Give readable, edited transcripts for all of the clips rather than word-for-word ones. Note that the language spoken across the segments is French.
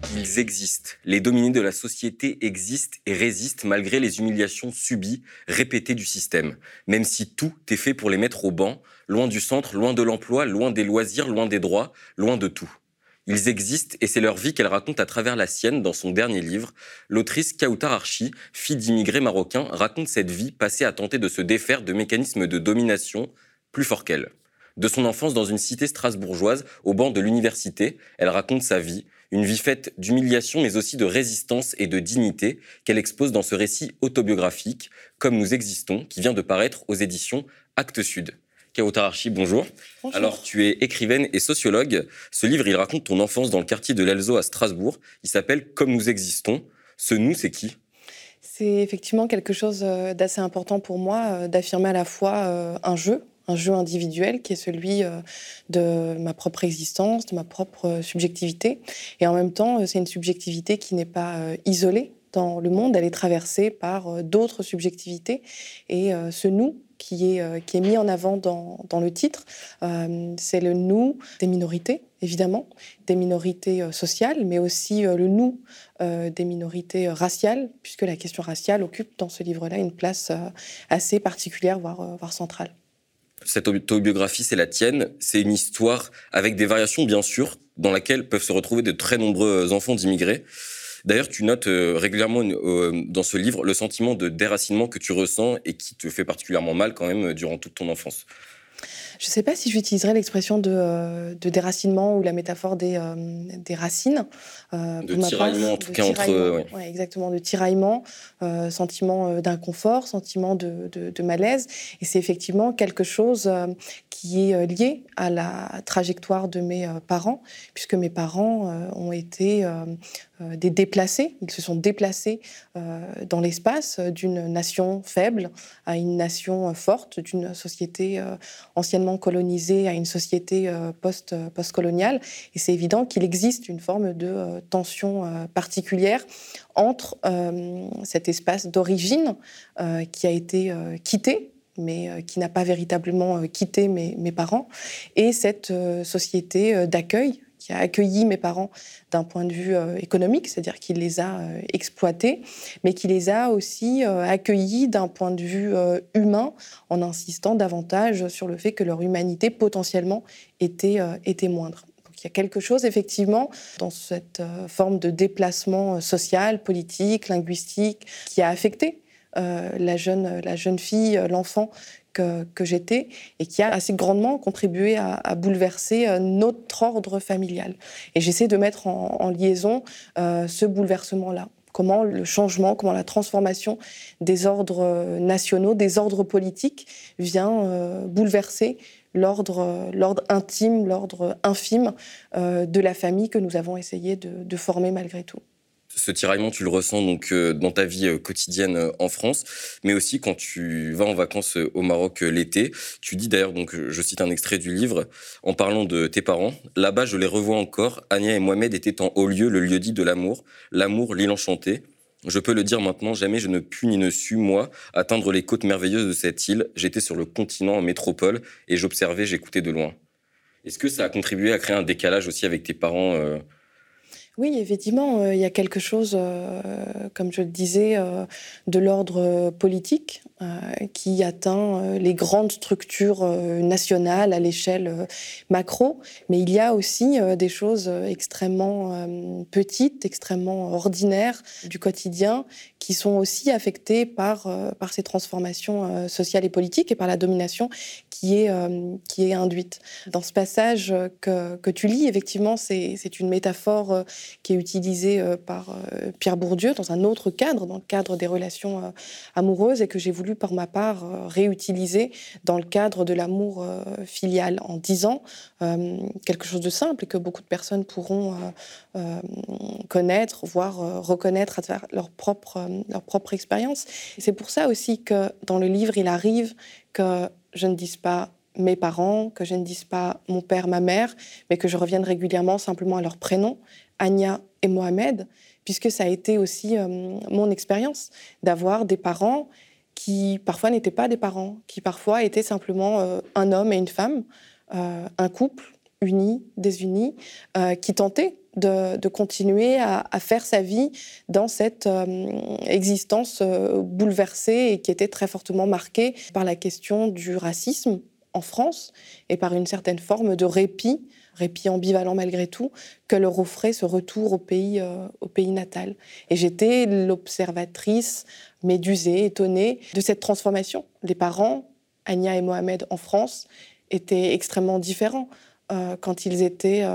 Ils existent. Les dominés de la société existent et résistent malgré les humiliations subies, répétées du système. Même si tout est fait pour les mettre au banc, loin du centre, loin de l'emploi, loin des loisirs, loin des droits, loin de tout. Ils existent et c'est leur vie qu'elle raconte à travers la sienne dans son dernier livre. L'autrice Kautar Archi, fille d'immigrés marocains, raconte cette vie passée à tenter de se défaire de mécanismes de domination plus forts qu'elle. De son enfance dans une cité strasbourgeoise, au banc de l'université, elle raconte sa vie, une vie faite d'humiliation mais aussi de résistance et de dignité qu'elle expose dans ce récit autobiographique, Comme nous existons, qui vient de paraître aux éditions Actes Sud. Kautar Archi, bonjour. Bonjour. Alors, tu es écrivaine et sociologue. Ce livre, il raconte ton enfance dans le quartier de l'Elzo à Strasbourg. Il s'appelle Comme nous existons. Ce nous, c'est qui ? C'est effectivement quelque chose d'assez important pour moi, d'affirmer à la fois un jeu individuel qui est celui de ma propre existence, de ma propre subjectivité. Et en même temps, c'est une subjectivité qui n'est pas isolée dans le monde, elle est traversée par d'autres subjectivités. Et ce nous qui est mis en avant dans le titre, c'est le nous des minorités, évidemment, des minorités sociales, mais aussi le nous des minorités raciales, puisque la question raciale occupe dans ce livre-là une place assez particulière, voire centrale. Cette autobiographie, c'est la tienne. C'est une histoire avec des variations, bien sûr, dans laquelle peuvent se retrouver de très nombreux enfants d'immigrés. D'ailleurs, tu notes régulièrement dans ce livre le sentiment de déracinement que tu ressens et qui te fait particulièrement mal quand même durant toute ton enfance. Je ne sais pas si j'utiliserais l'expression de déracinement ou la métaphore des racines. De tiraillement, en tout cas, entre... Ouais, exactement, de tiraillement, sentiment d'inconfort, sentiment de malaise. Et c'est effectivement quelque chose qui est lié à la trajectoire de mes parents, puisque mes parents ont été des déplacés. Ils se sont déplacés dans l'espace d'une nation faible à une nation forte, d'une société anciennement colonisée à une société post-coloniale. Et c'est évident qu'il existe une forme de tension particulière entre cet espace d'origine qui a été quitté, mais qui n'a pas véritablement quitté mes parents, et cette société d'accueil qui a accueilli mes parents d'un point de vue économique, c'est-à-dire qu'il les a exploités, mais qui les a aussi accueillis d'un point de vue humain, en insistant davantage sur le fait que leur humanité potentiellement était moindre. Donc il y a quelque chose effectivement dans cette forme de déplacement social, politique, linguistique, qui a affecté la jeune fille, l'enfant que j'étais, et qui a assez grandement contribué à bouleverser notre ordre familial. Et j'essaie de mettre en liaison ce bouleversement-là. Comment le changement, comment la transformation des ordres nationaux, des ordres politiques vient bouleverser l'ordre intime, l'ordre infime de la famille que nous avons essayé de former malgré tout. Ce tiraillement, tu le ressens donc dans ta vie quotidienne en France, mais aussi quand tu vas en vacances au Maroc l'été. Tu dis d'ailleurs, donc je cite un extrait du livre, en parlant de tes parents. Là-bas, je les revois encore. Ania et Mohamed étaient en haut lieu, le lieu-dit de l'amour, l'île enchantée. Je peux le dire maintenant, jamais je ne pus ni ne sus, moi, atteindre les côtes merveilleuses de cette île. J'étais sur le continent en métropole et j'observais, j'écoutais de loin. Est-ce que ça a contribué à créer un décalage aussi avec tes parents Oui, effectivement, il y a quelque chose, comme je le disais, de l'ordre politique qui atteint les grandes structures nationales à l'échelle macro, mais il y a aussi des choses extrêmement petites, extrêmement ordinaires du quotidien qui sont aussi affectées par ces transformations sociales et politiques et par la domination qui est induite. Dans ce passage que tu lis, effectivement, c'est une métaphore qui est utilisée par Pierre Bourdieu dans un autre cadre, dans le cadre des relations amoureuses, et que j'ai voulu, pour ma part, réutiliser dans le cadre de l'amour filial, en disant quelque chose de simple et que beaucoup de personnes pourront connaître, voire reconnaître à travers leur propre expérience. Et c'est pour ça aussi que dans le livre, il arrive que je ne dise pas mes parents, que je ne dise pas mon père, ma mère, mais que je revienne régulièrement simplement à leurs prénoms, Ania et Mohamed, puisque ça a été aussi mon expérience d'avoir des parents qui parfois n'étaient pas des parents, qui parfois étaient simplement un homme et une femme, un couple uni, désuni, qui tentaient de continuer à faire sa vie dans cette existence bouleversée et qui était très fortement marquée par la question du racisme en France et par une certaine forme de répit ambivalent malgré tout, que leur offrait ce retour au pays natal. Et j'étais l'observatrice médusée, étonnée de cette transformation. Les parents, Ania et Mohamed en France, étaient extrêmement différents quand ils étaient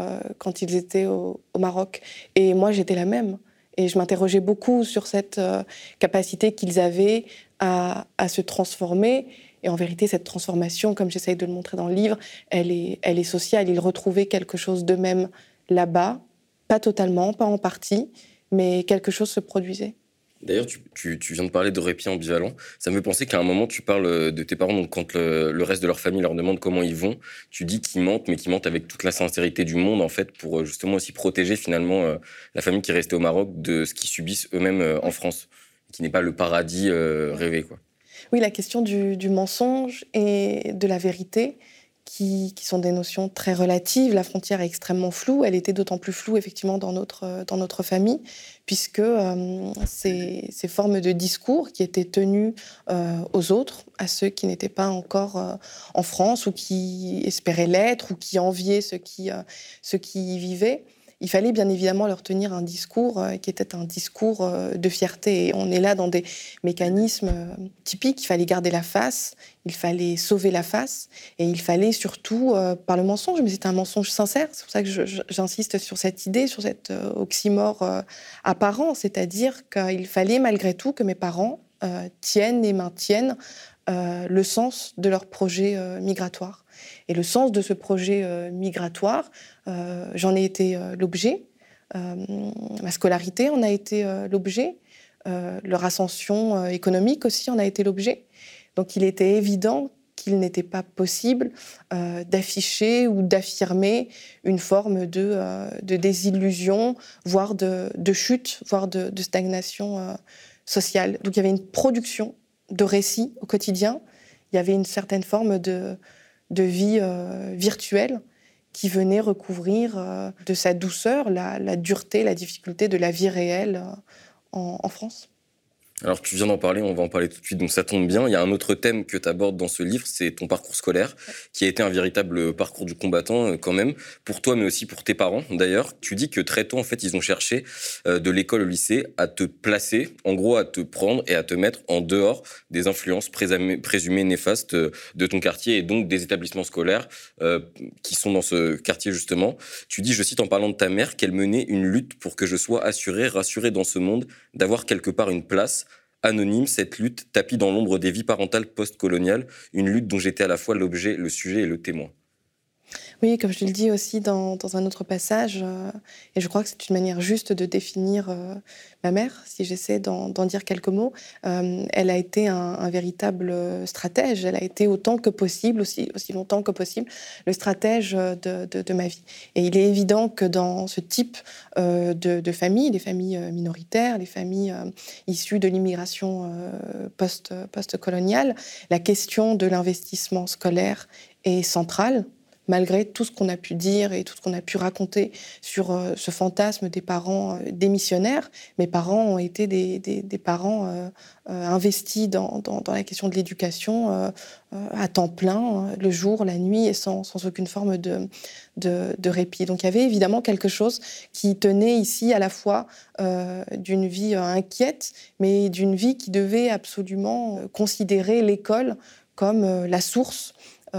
au Maroc. Et moi, j'étais la même. Et je m'interrogeais beaucoup sur cette capacité qu'ils avaient à se transformer. Et en vérité, cette transformation, comme j'essaye de le montrer dans le livre, elle est sociale. Ils retrouvaient quelque chose d'eux-mêmes là-bas, pas totalement, pas en partie, mais quelque chose se produisait. D'ailleurs, tu viens de parler de répit ambivalent. Ça me fait penser qu'à un moment, tu parles de tes parents, donc quand le reste de leur famille leur demande comment ils vont, tu dis qu'ils mentent, mais qu'ils mentent avec toute la sincérité du monde, en fait, pour justement aussi protéger finalement la famille qui est restée au Maroc de ce qu'ils subissent eux-mêmes en France, qui n'est pas le paradis rêvé, quoi. Oui, la question du mensonge et de la vérité, qui sont des notions très relatives. La frontière est extrêmement floue. Elle était d'autant plus floue, effectivement, dans notre famille, puisque ces formes de discours qui étaient tenus aux autres, à ceux qui n'étaient pas encore en France ou qui espéraient l'être ou qui enviaient ceux qui y vivaient, il fallait bien évidemment leur tenir un discours qui était un discours de fierté. Et on est là dans des mécanismes typiques. Il fallait garder la face, il fallait sauver la face, et il fallait surtout, par le mensonge, mais c'était un mensonge sincère, c'est pour ça que j'insiste sur cette idée, sur cet oxymore apparent, c'est-à-dire qu'il fallait malgré tout que mes parents tiennent et maintiennent le sens de leur projet migratoire. Et le sens de ce projet migratoire, j'en ai été l'objet. Ma scolarité en a été l'objet. Leur ascension économique aussi en a été l'objet. Donc il était évident qu'il n'était pas possible d'afficher ou d'affirmer une forme de désillusion, voire de chute, voire de stagnation sociale. Donc il y avait une production de récits au quotidien. Il y avait une certaine forme de vie virtuelle qui venait recouvrir de sa douceur la dureté, la difficulté de la vie réelle en France. Alors, tu viens d'en parler, on va en parler tout de suite, donc ça tombe bien. Il y a un autre thème que tu abordes dans ce livre, c'est ton parcours scolaire, qui a été un véritable parcours du combattant quand même, pour toi, mais aussi pour tes parents. D'ailleurs, tu dis que très tôt, en fait, ils ont cherché, de l'école au lycée, à te placer, en gros, à te prendre et à te mettre en dehors des influences présumées néfastes de ton quartier et donc des établissements scolaires qui sont dans ce quartier, justement. Tu dis, je cite en parlant de ta mère, qu'elle menait une lutte pour que je sois rassuré dans ce monde, d'avoir quelque part une place. Anonyme, cette lutte tapie dans l'ombre des vies parentales post-coloniales, une lutte dont j'étais à la fois l'objet, le sujet et le témoin. Oui, comme je le dis aussi dans un autre passage, et je crois que c'est une manière juste de définir ma mère, si j'essaie d'en dire quelques mots. Elle a été un véritable stratège. Elle a été autant que possible, aussi longtemps que possible, le stratège de ma vie. Et il est évident que dans ce type de famille, les familles minoritaires, les familles issues de l'immigration post-coloniale, la question de l'investissement scolaire est centrale, malgré tout ce qu'on a pu dire et tout ce qu'on a pu raconter sur ce fantasme des parents démissionnaires. Mes parents ont été des parents investis dans la question de l'éducation à temps plein, le jour, la nuit, et sans aucune forme de répit. Donc il y avait évidemment quelque chose qui tenait ici à la fois d'une vie inquiète, mais d'une vie qui devait absolument considérer l'école comme la source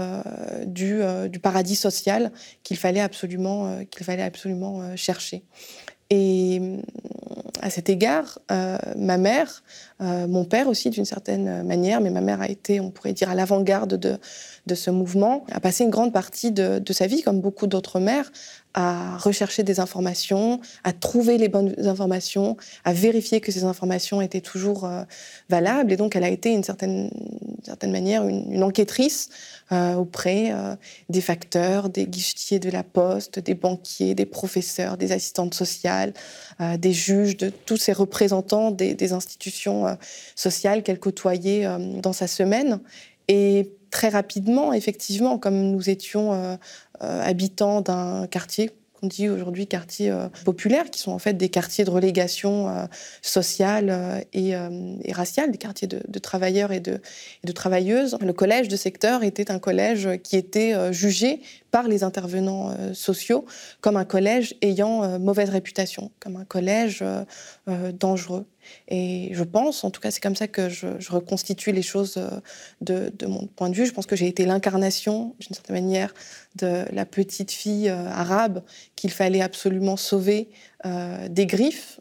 du paradis social qu'il fallait absolument chercher. Et à cet égard, ma mère, mon père aussi d'une certaine manière, mais ma mère a été, on pourrait dire, à l'avant-garde de ce mouvement, a passé une grande partie de sa vie, comme beaucoup d'autres mères, à rechercher des informations, à trouver les bonnes informations, à vérifier que ces informations étaient toujours valables. Et donc, elle a été, d'une certaine manière, une enquêtrice auprès des facteurs, des guichetiers de la Poste, des banquiers, des professeurs, des assistantes sociales, des juges, de tous ces représentants des institutions sociales qu'elle côtoyait dans sa semaine. Et très rapidement, effectivement, comme nous étions habitants d'un quartier qu'on dit aujourd'hui quartiers populaires, qui sont en fait des quartiers de relégation sociale et raciale, des quartiers de travailleurs et de travailleuses. Le collège de secteur était un collège qui était jugé par les intervenants sociaux comme un collège ayant mauvaise réputation, comme un collège dangereux. Et je pense, en tout cas c'est comme ça que je reconstitue les choses de mon point de vue, je pense que j'ai été l'incarnation, d'une certaine manière, de la petite fille arabe qu'il fallait absolument sauver des griffes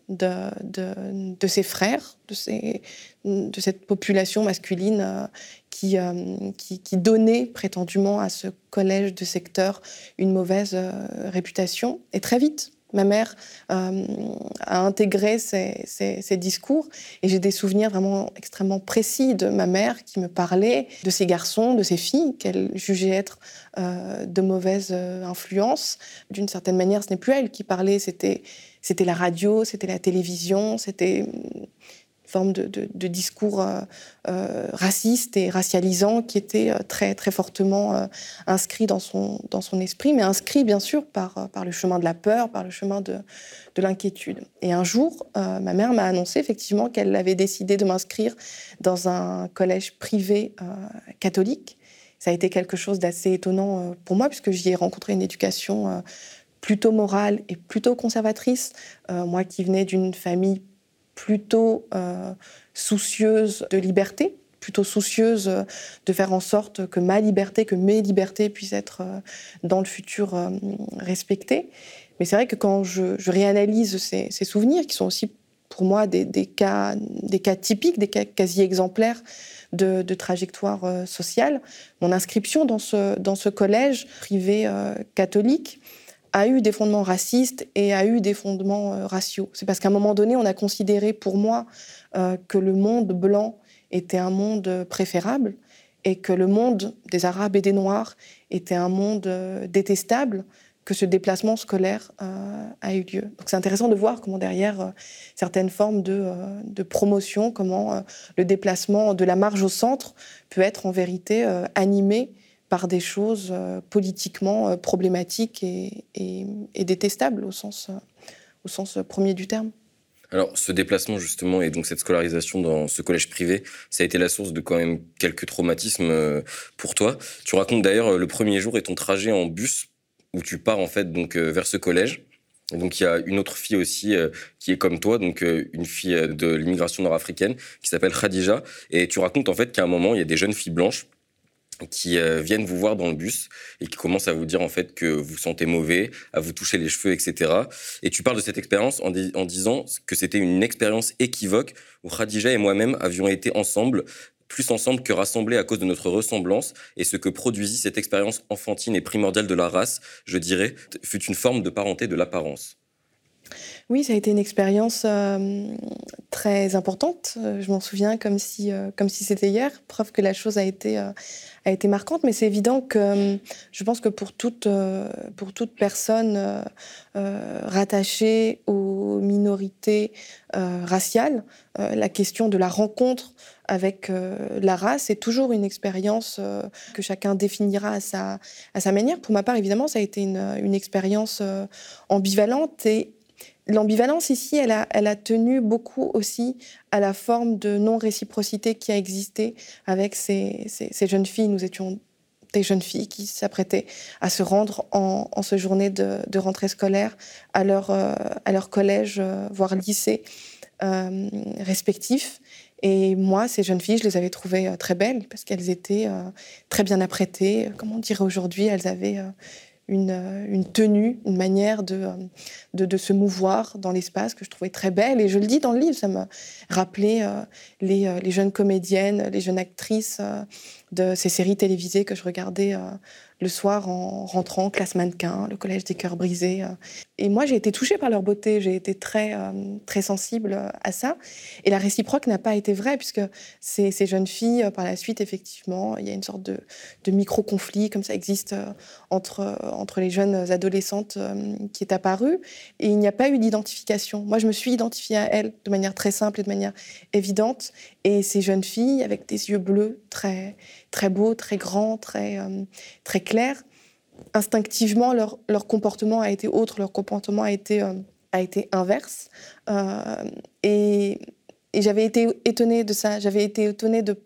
de ses frères, de cette population masculine qui donnait prétendument à ce collège de secteur une mauvaise réputation. Et très vite, ma mère a intégré ces discours et j'ai des souvenirs vraiment extrêmement précis de ma mère qui me parlait de ces garçons, de ces filles qu'elle jugeait être de mauvaise influence. D'une certaine manière, ce n'est plus elle qui parlait, c'était la radio, c'était la télévision, c'était forme de discours raciste et racialisant qui était très, très fortement inscrit dans son esprit, mais inscrit bien sûr par le chemin de la peur, par le chemin de l'inquiétude. Et un jour, ma mère m'a annoncé effectivement qu'elle avait décidé de m'inscrire dans un collège privé catholique. Ça a été quelque chose d'assez étonnant pour moi, puisque j'y ai rencontré une éducation plutôt morale et plutôt conservatrice. Moi qui venais d'une famille plutôt soucieuse de liberté, plutôt soucieuse de faire en sorte que ma liberté, que mes libertés puissent être dans le futur respectées. Mais c'est vrai que quand je réanalyse ces souvenirs, qui sont aussi pour moi des cas typiques, des cas quasi exemplaires de trajectoire sociale, mon inscription dans ce collège privé catholique a eu des fondements racistes et a eu des fondements raciaux. C'est parce qu'à un moment donné, on a considéré pour moi que le monde blanc était un monde préférable et que le monde des Arabes et des Noirs était un monde détestable, que ce déplacement scolaire a eu lieu. Donc c'est intéressant de voir comment derrière certaines formes de promotion, comment le déplacement de la marge au centre peut être en vérité animé par des choses politiquement problématiques et détestables au sens premier du terme. Alors, ce déplacement, justement, et donc cette scolarisation dans ce collège privé, ça a été la source de quand même quelques traumatismes pour toi. Tu racontes d'ailleurs le premier jour et ton trajet en bus où tu pars en fait donc vers ce collège. Et donc il y a une autre fille aussi qui est comme toi, donc une fille de l'immigration nord-africaine qui s'appelle Khadija. Et tu racontes en fait qu'à un moment, il y a des jeunes filles blanches qui viennent vous voir dans le bus et qui commencent à vous dire en fait que vous sentez mauvais, à vous toucher les cheveux, etc. Et tu parles de cette expérience en disant que c'était une expérience équivoque où Khadija et moi-même avions été ensemble, plus ensemble que rassemblés à cause de notre ressemblance, et ce que produisit cette expérience enfantine et primordiale de la race, je dirais, fut une forme de parenté de l'apparence. Oui, ça a été une expérience très importante. Je m'en souviens comme si c'était hier, preuve que la chose a été marquante. Mais c'est évident que je pense que pour toute personne rattachée aux minorités raciales, la question de la rencontre avec la race est toujours une expérience que chacun définira à sa manière. Pour ma part, évidemment, ça a été une expérience ambivalente et l'ambivalence ici, elle a tenu beaucoup aussi à la forme de non-réciprocité qui a existé avec ces jeunes filles. Nous étions des jeunes filles qui s'apprêtaient à se rendre en ce journée de rentrée scolaire à leur collège, voire lycée respectifs. Et moi, ces jeunes filles, je les avais trouvées très belles parce qu'elles étaient très bien apprêtées. Comme on dirait aujourd'hui, elles avaient une tenue, une manière de se mouvoir dans l'espace que je trouvais très belle. Et je le dis dans le livre, ça me rappelait les jeunes comédiennes, les jeunes actrices de ces séries télévisées que je regardais le soir en rentrant, Classe mannequin, Le collège des cœurs brisés. Et moi, j'ai été touchée par leur beauté, j'ai été très, très sensible à ça. Et la réciproque n'a pas été vraie, puisque ces jeunes filles, par la suite, effectivement, il y a une sorte de micro-conflit, comme ça existe entre les jeunes adolescentes qui est apparu. Et il n'y a pas eu d'identification. Moi, je me suis identifiée à elles de manière très simple et de manière évidente. Et ces jeunes filles, avec des yeux bleus très, très beaux, très grands, très clairs, instinctivement, leur comportement a été autre, leur comportement a été inverse. Et j'avais été étonnée de ça. J'avais été étonnée de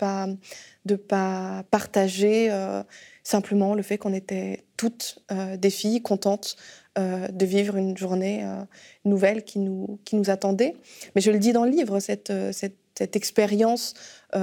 pas partager simplement le fait qu'on était toutes des filles contentes de vivre une journée nouvelle qui nous attendait. Mais je le dis dans le livre, cette expérience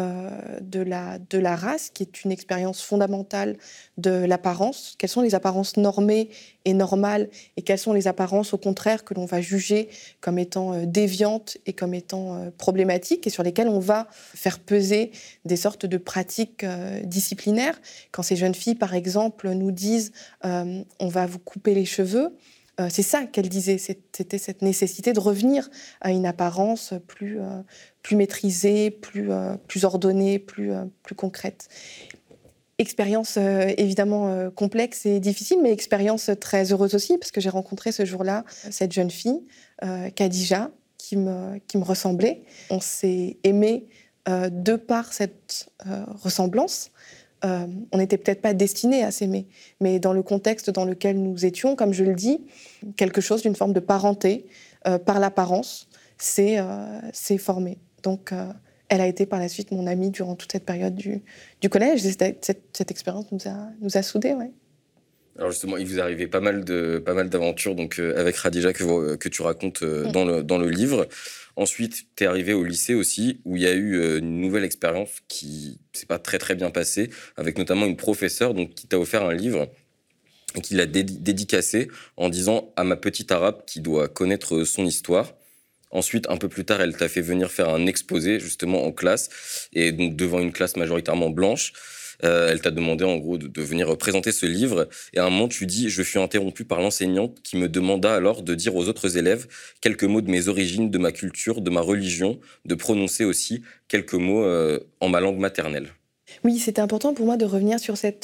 de la race, qui est une expérience fondamentale de l'apparence. Quelles sont les apparences normées et normales, et quelles sont les apparences, au contraire, que l'on va juger comme étant déviantes et comme étant problématiques, et sur lesquelles on va faire peser des sortes de pratiques disciplinaires. Quand ces jeunes filles, par exemple, nous disent on va vous couper les cheveux, c'est ça qu'elle disait, c'était cette nécessité de revenir à une apparence plus maîtrisée, plus ordonnée, plus concrète. Expérience évidemment complexe et difficile, mais expérience très heureuse aussi, parce que j'ai rencontré ce jour-là cette jeune fille, Khadija, qui me ressemblait. On s'est aimé de par cette ressemblance. On n'était peut-être pas destinés à s'aimer, mais dans le contexte dans lequel nous étions, comme je le dis, quelque chose d'une forme de parenté par l'apparence s'est formé. Donc, elle a été par la suite mon amie durant toute cette période du collège. Et cette expérience nous a soudés, ouais. Alors justement, il vous est arrivé pas mal d'aventures donc avec Khadija que tu racontes dans le livre. Ensuite, tu es arrivé au lycée aussi, où il y a eu une nouvelle expérience qui s'est pas très très bien passée, avec notamment une professeure donc, qui t'a offert un livre et qui l'a dédicacé en disant à ma petite arabe qui doit connaître son histoire. Ensuite, un peu plus tard, elle t'a fait venir faire un exposé justement en classe, et donc devant une classe majoritairement blanche. Elle t'a demandé en gros de venir présenter ce livre, et à un moment tu dis « Je fus interrompu par l'enseignante qui me demanda alors de dire aux autres élèves quelques mots de mes origines, de ma culture, de ma religion, de prononcer aussi quelques mots en ma langue maternelle. » Oui, c'était important pour moi de revenir sur cette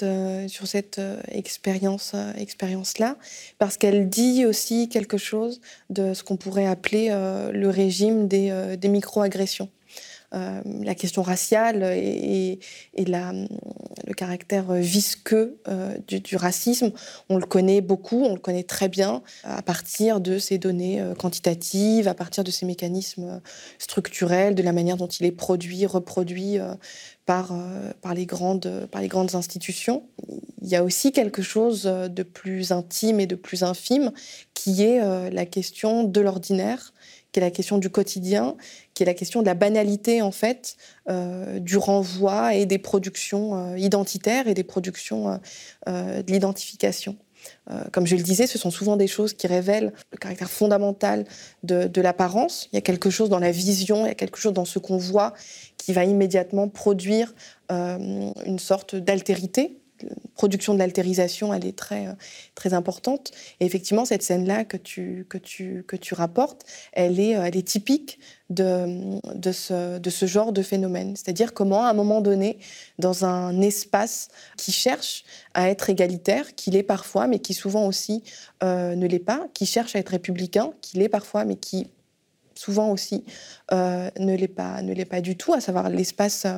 expérience-là, parce qu'elle dit aussi quelque chose de ce qu'on pourrait appeler le régime des micro-agressions. La question raciale et le caractère visqueux du racisme, on le connaît beaucoup, on le connaît très bien à partir de ces données quantitatives, à partir de ces mécanismes structurels, de la manière dont il est produit, reproduit par les grandes institutions. Il y a aussi quelque chose de plus intime et de plus infime qui est la question de l'ordinaire, qui est la question du quotidien, qui est la question de la banalité, en fait, du renvoi et des productions identitaires et des productions de l'identification. Comme je le disais, ce sont souvent des choses qui révèlent le caractère fondamental de l'apparence. Il y a quelque chose dans la vision, il y a quelque chose dans ce qu'on voit qui va immédiatement produire une sorte d'altérité. La production de l'altérisation, elle est très, très importante. Et effectivement, cette scène-là que tu rapportes, elle est typique de ce genre de phénomène. C'est-à-dire comment, à un moment donné, dans un espace qui cherche à être égalitaire, qui l'est parfois, mais qui souvent aussi ne l'est pas, qui cherche à être républicain, qui l'est parfois, mais qui souvent aussi ne l'est pas du tout, à savoir l'espace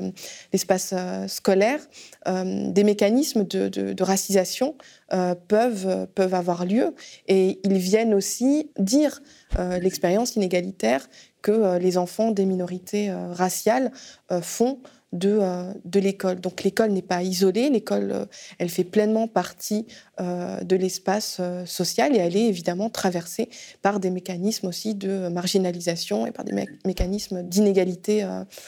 scolaire, des mécanismes de racisation peuvent avoir lieu, et ils viennent aussi dire l'expérience inégalitaire que les enfants des minorités raciales font de l'école. Donc l'école n'est pas isolée, l'école elle fait pleinement partie de l'espace social, et elle est évidemment traversée par des mécanismes aussi de marginalisation et par des mécanismes d'inégalité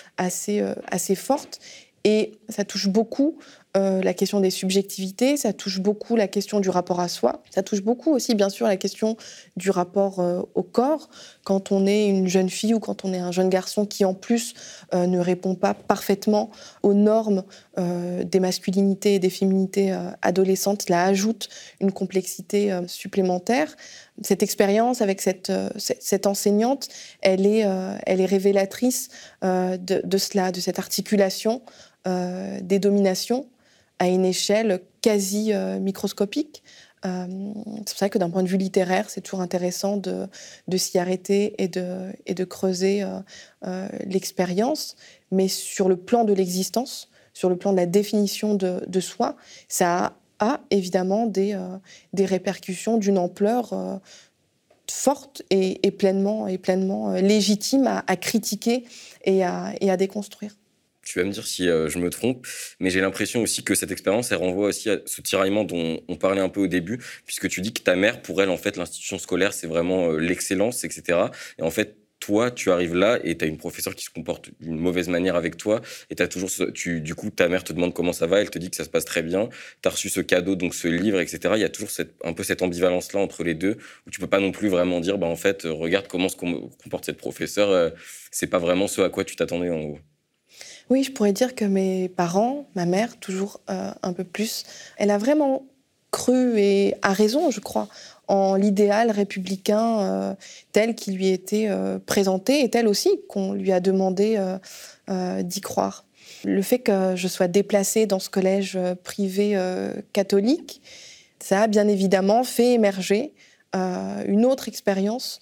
assez fortes. Et ça touche beaucoup la question des subjectivités, ça touche beaucoup la question du rapport à soi, ça touche beaucoup aussi bien sûr la question du rapport au corps. Quand on est une jeune fille ou quand on est un jeune garçon qui en plus ne répond pas parfaitement aux normes des masculinités et des féminités adolescentes, cela ajoute une complexité supplémentaire. Cette expérience avec cette enseignante, elle est révélatrice de cela, de cette articulation des dominations à une échelle quasi microscopique. C'est pour ça que d'un point de vue littéraire, c'est toujours intéressant de s'y arrêter et de creuser l'expérience. Mais sur le plan de l'existence, sur le plan de la définition de soi, ça a a évidemment des répercussions d'une ampleur forte et pleinement légitime à critiquer et à déconstruire. Tu vas me dire si je me trompe, mais j'ai l'impression aussi que cette expérience, elle renvoie aussi à ce tiraillement dont on parlait un peu au début, puisque tu dis que ta mère, pour elle, en fait, l'institution scolaire, c'est vraiment l'excellence, etc. Et en fait, toi, tu arrives là et tu as une professeure qui se comporte d'une mauvaise manière avec toi. Et t'as toujours du coup, ta mère te demande comment ça va, elle te dit que ça se passe très bien. Tu as reçu ce cadeau, donc ce livre, etc. Il y a toujours un peu cette ambivalence-là entre les deux, où tu peux pas non plus vraiment dire, bah, en fait, regarde comment se comporte cette professeure. C'est pas vraiment ce à quoi tu t'attendais, en gros. Oui, je pourrais dire que mes parents, ma mère, toujours un peu plus, elle a vraiment cru, et a raison, je crois, en l'idéal républicain tel qui lui était présenté, et tel aussi qu'on lui a demandé d'y croire. Le fait que je sois déplacée dans ce collège privé catholique, ça a bien évidemment fait émerger une autre expérience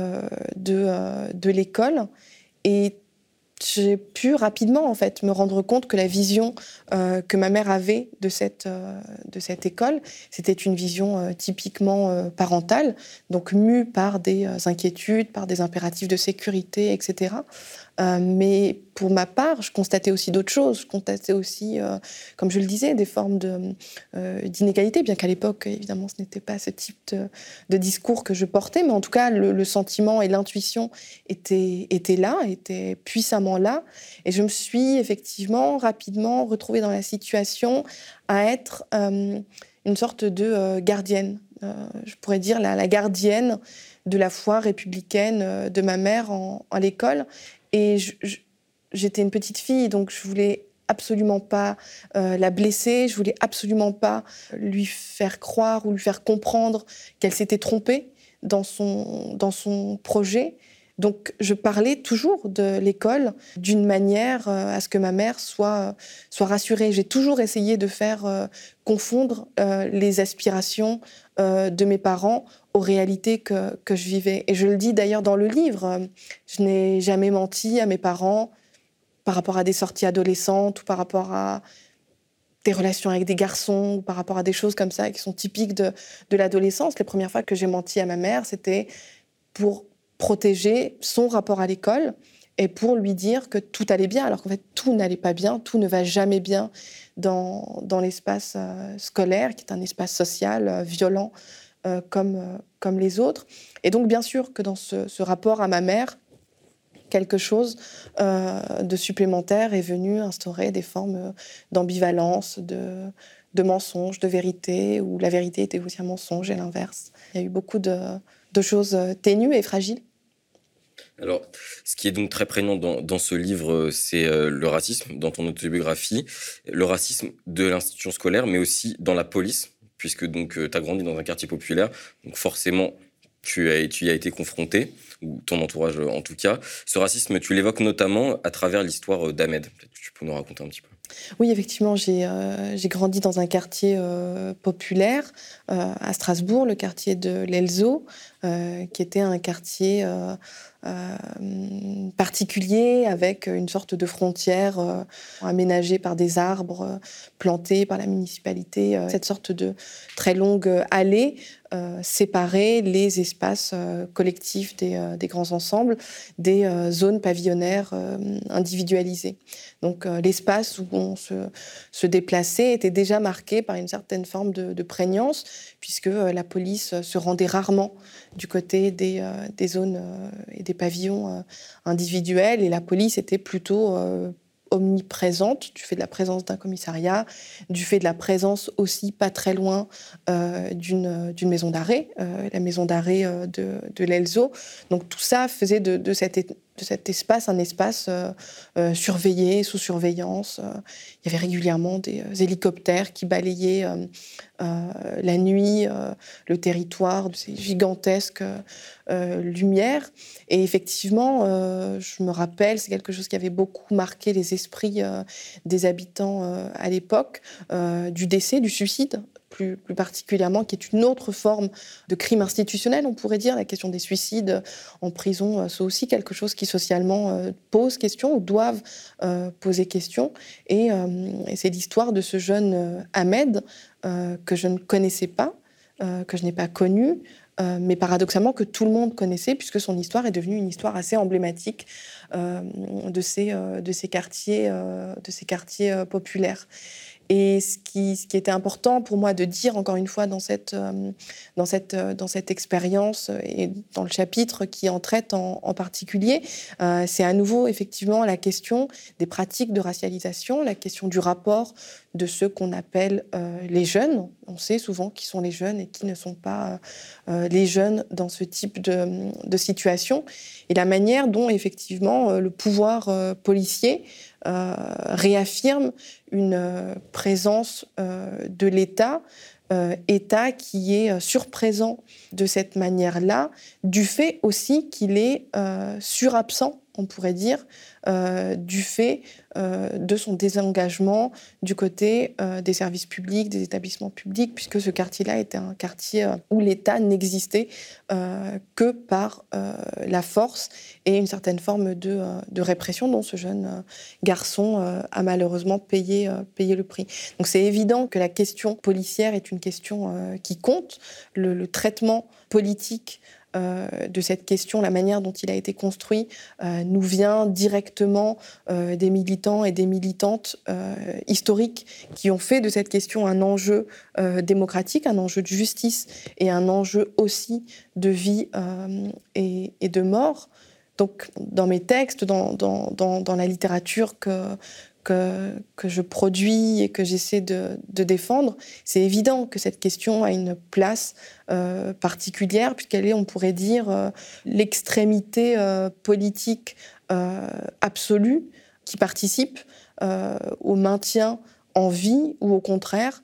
de l'école. Et j'ai pu rapidement en fait me rendre compte que la vision que ma mère avait de cette école, c'était une vision typiquement parentale, donc mue par des inquiétudes, par des impératifs de sécurité, etc. Mais pour ma part, je constatais aussi d'autres choses. Je constatais aussi, comme je le disais, des formes d'inégalité, bien qu'à l'époque, évidemment, ce n'était pas ce type de discours que je portais, mais en tout cas, le sentiment et l'intuition étaient là, étaient puissamment là. Et je me suis effectivement rapidement retrouvée dans la situation à être une sorte de gardienne. Je pourrais dire la gardienne de la foi républicaine de ma mère à l'école. Et j'étais une petite fille, donc je voulais absolument pas la blesser, je voulais absolument pas lui faire croire ou lui faire comprendre qu'elle s'était trompée dans son projet. Donc je parlais toujours de l'école d'une manière à ce que ma mère soit rassurée. J'ai toujours essayé de faire confondre les aspirations de mes parents aux réalités que je vivais. Et je le dis d'ailleurs dans le livre, je n'ai jamais menti à mes parents par rapport à des sorties adolescentes ou par rapport à des relations avec des garçons ou par rapport à des choses comme ça qui sont typiques de l'adolescence. Les premières fois que j'ai menti à ma mère, c'était pour protéger son rapport à l'école et pour lui dire que tout allait bien, alors qu'en fait, tout n'allait pas bien, tout ne va jamais bien dans l'espace scolaire, qui est un espace social violent comme les autres. Et donc, bien sûr que dans ce rapport à ma mère, quelque chose de supplémentaire est venu instaurer des formes d'ambivalence, de mensonge, de vérité, où la vérité était aussi un mensonge et l'inverse. Il y a eu beaucoup de choses ténues et fragiles. Alors, ce qui est donc très prégnant dans ce livre, c'est le racisme, dans ton autobiographie, le racisme de l'institution scolaire, mais aussi dans la police, puisque donc tu as grandi dans un quartier populaire, donc forcément tu y as été confronté, ou ton entourage en tout cas. Ce racisme, tu l'évoques notamment à travers l'histoire d'Ahmed. Peut-être que tu peux nous raconter un petit peu. Oui, effectivement, j'ai grandi dans un quartier populaire à Strasbourg, le quartier de l'Elzo, qui était un quartier particulier avec une sorte de frontière aménagée par des arbres plantés par la municipalité. Cette sorte de très longue allée séparait les espaces collectifs des grands ensembles des zones pavillonnaires individualisées. Donc l'espace où on se déplaçait était déjà marqué par une certaine forme de prégnance, puisque la police se rendait rarement du côté des zones et des pavillons individuels, et la police était plutôt omniprésente, du fait de la présence d'un commissariat, du fait de la présence aussi pas très loin d'une maison d'arrêt, la maison d'arrêt de l'Elzo. Donc tout ça faisait de cet espace un espace surveillé, sous surveillance. Il y avait régulièrement des hélicoptères qui balayaient la nuit le territoire de ces gigantesques lumières. Et effectivement, je me rappelle, c'est quelque chose qui avait beaucoup marqué les esprits des habitants à l'époque, du décès, du suicide plus particulièrement, qui est une autre forme de crime institutionnel, on pourrait dire. La question des suicides en prison, c'est aussi quelque chose qui socialement pose question ou doivent poser question. Et c'est l'histoire de ce jeune Ahmed que je ne connaissais pas, que je n'ai pas connu, mais paradoxalement que tout le monde connaissait, puisque son histoire est devenue une histoire assez emblématique de ces quartiers populaires. Et ce qui était important pour moi de dire, encore une fois, dans cette expérience et dans le chapitre qui en traite en particulier, c'est à nouveau, effectivement, la question des pratiques de racialisation, la question du rapport de ceux qu'on appelle les jeunes. On sait souvent qui sont les jeunes et qui ne sont pas les jeunes dans ce type de situation. Et la manière dont, effectivement, le pouvoir policier réaffirme une présence de l'État, État qui est surprésent de cette manière-là, du fait aussi qu'il est surabsent, on pourrait dire, du fait de son désengagement du côté des services publics, des établissements publics, puisque ce quartier-là était un quartier où l'État n'existait que par la force et une certaine forme de répression dont ce jeune garçon a malheureusement payé le prix. Donc c'est évident que la question policière est une question qui compte. Le traitement politique de cette question, la manière dont il a été construit, nous vient directement des militants et des militantes historiques qui ont fait de cette question un enjeu démocratique, un enjeu de justice et un enjeu aussi de vie et de mort. Donc, dans mes textes, dans la littérature que je produis et que j'essaie de défendre, c'est évident que cette question a une place particulière, puisqu'elle est, on pourrait dire, l'extrémité politique absolue qui participe au maintien en vie ou au contraire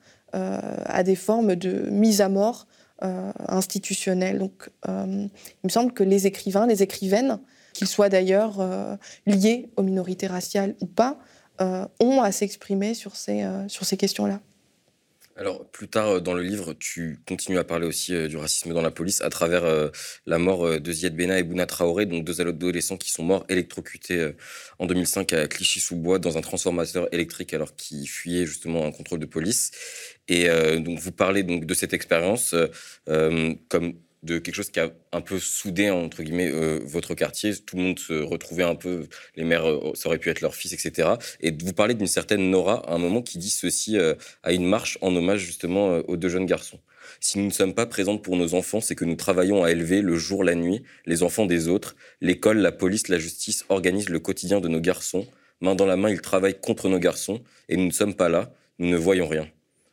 à des formes de mise à mort institutionnelle. Donc, il me semble que les écrivains, les écrivaines, qu'ils soient d'ailleurs liés aux minorités raciales ou pas, ont à s'exprimer sur ces questions-là. Alors, plus tard dans le livre, tu continues à parler aussi du racisme dans la police à travers la mort de Ziad Benna et Bouna Traoré, donc deux adolescents qui sont morts électrocutés en 2005 à Clichy-sous-Bois dans un transformateur électrique alors qu'ils fuyaient justement un contrôle de police. Et donc, vous parlez donc de cette expérience comme de quelque chose qui a un peu soudé, entre guillemets, votre quartier. Tout le monde se retrouvait un peu, les mères, ça aurait pu être leur fils, etc. Et vous parlez d'une certaine Nora, à un moment, qui dit ceci à une marche en hommage, justement, aux deux jeunes garçons. Si nous ne sommes pas présentes pour nos enfants, c'est que nous travaillons à élever, le jour, la nuit, les enfants des autres. L'école, la police, la justice organisent le quotidien de nos garçons. Main dans la main, ils travaillent contre nos garçons. Et nous ne sommes pas là, nous ne voyons rien.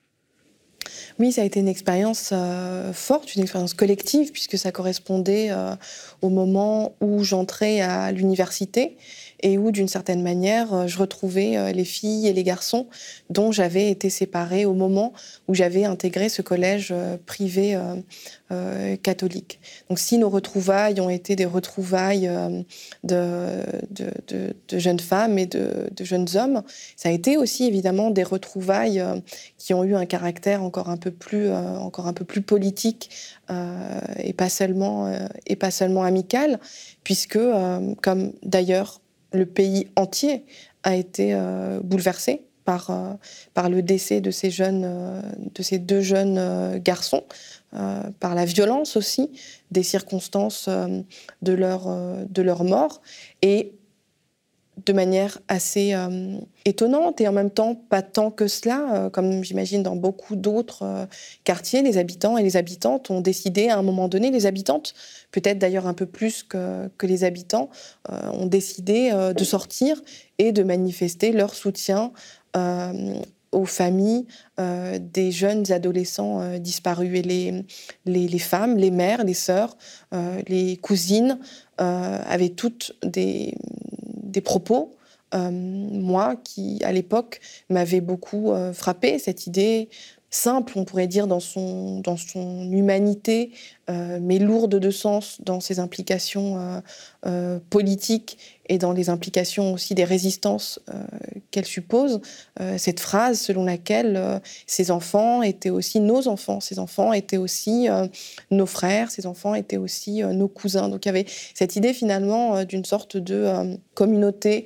Oui, ça a été une expérience forte, une expérience collective, puisque ça correspondait au moment où j'entrais à l'université et où, d'une certaine manière, je retrouvais les filles et les garçons dont j'avais été séparée au moment où j'avais intégré ce collège privé catholique. Donc si nos retrouvailles ont été des retrouvailles de jeunes femmes et de jeunes hommes, ça a été aussi évidemment des retrouvailles qui ont eu un caractère encore un peu plus politique et pas seulement amical, puisque, comme d'ailleurs le pays entier a été bouleversé par le décès de ces deux jeunes garçons, par la violence aussi des circonstances de leur mort, et de manière assez étonnante et en même temps pas tant que cela, comme j'imagine dans beaucoup d'autres quartiers, les habitants et les habitantes ont décidé à un moment donné, les habitantes peut-être d'ailleurs un peu plus que les habitants, ont décidé de sortir et de manifester leur soutien aux familles des jeunes adolescents disparus. Et les femmes, les mères, les sœurs, les cousines avaient toutes des propos, moi, qui, à l'époque, m'avait beaucoup frappée, cette idée simple, on pourrait dire, dans son humanité, mais lourde de sens dans ses implications politiques et dans les implications aussi des résistances qu'elle suppose, cette phrase selon laquelle ces enfants étaient aussi nos enfants, ces enfants étaient aussi nos frères, ces enfants étaient aussi nos cousins. Donc il y avait cette idée finalement d'une sorte de communauté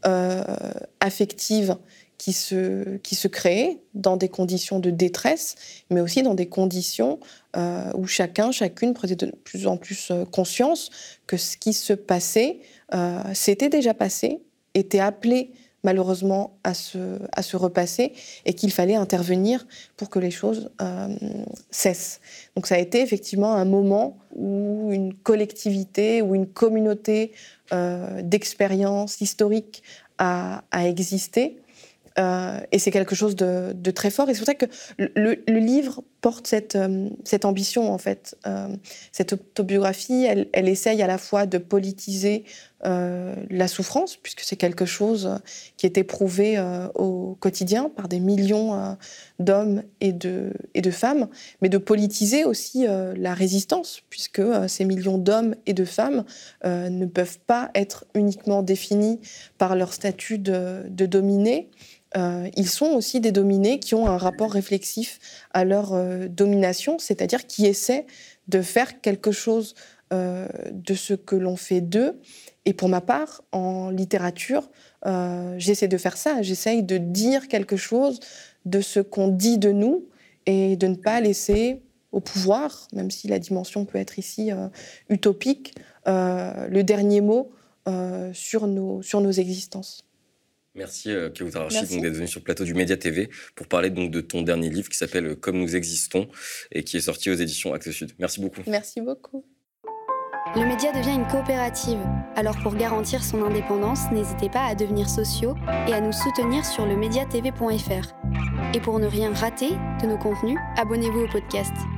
affective qui se créait dans des conditions de détresse, mais aussi dans des conditions où chacune prenait de plus en plus conscience que ce qui se passait s'était déjà passé, était appelé malheureusement à se repasser et qu'il fallait intervenir pour que les choses cessent. Donc ça a été effectivement un moment où une collectivité, où une communauté d'expériences historiques a existé. Et c'est quelque chose de très fort. Et c'est pour ça que le livre porte cette ambition, en fait. Cette autobiographie, elle essaye à la fois de politiser la souffrance, puisque c'est quelque chose qui est éprouvé au quotidien par des millions d'hommes et de femmes, mais de politiser aussi la résistance, puisque ces millions d'hommes et de femmes ne peuvent pas être uniquement définis par leur statut de dominés. Ils sont aussi des dominés qui ont un rapport réflexif à leur domination, c'est-à-dire qui essaient de faire quelque chose de ce que l'on fait d'eux. Et pour ma part, en littérature, j'essaie de faire ça. J'essaie de dire quelque chose de ce qu'on dit de nous et de ne pas laisser au pouvoir, même si la dimension peut être ici utopique, le dernier mot sur nos existences. Merci Kewta Rachid d'être venue sur le plateau du Média TV pour parler donc de ton dernier livre qui s'appelle Comme nous existons et qui est sorti aux éditions Actes Sud. Merci beaucoup. Merci beaucoup. Le média devient une coopérative. Alors pour garantir son indépendance, n'hésitez pas à devenir sociaux et à nous soutenir sur lemediatv.fr. Et pour ne rien rater de nos contenus, abonnez-vous au podcast.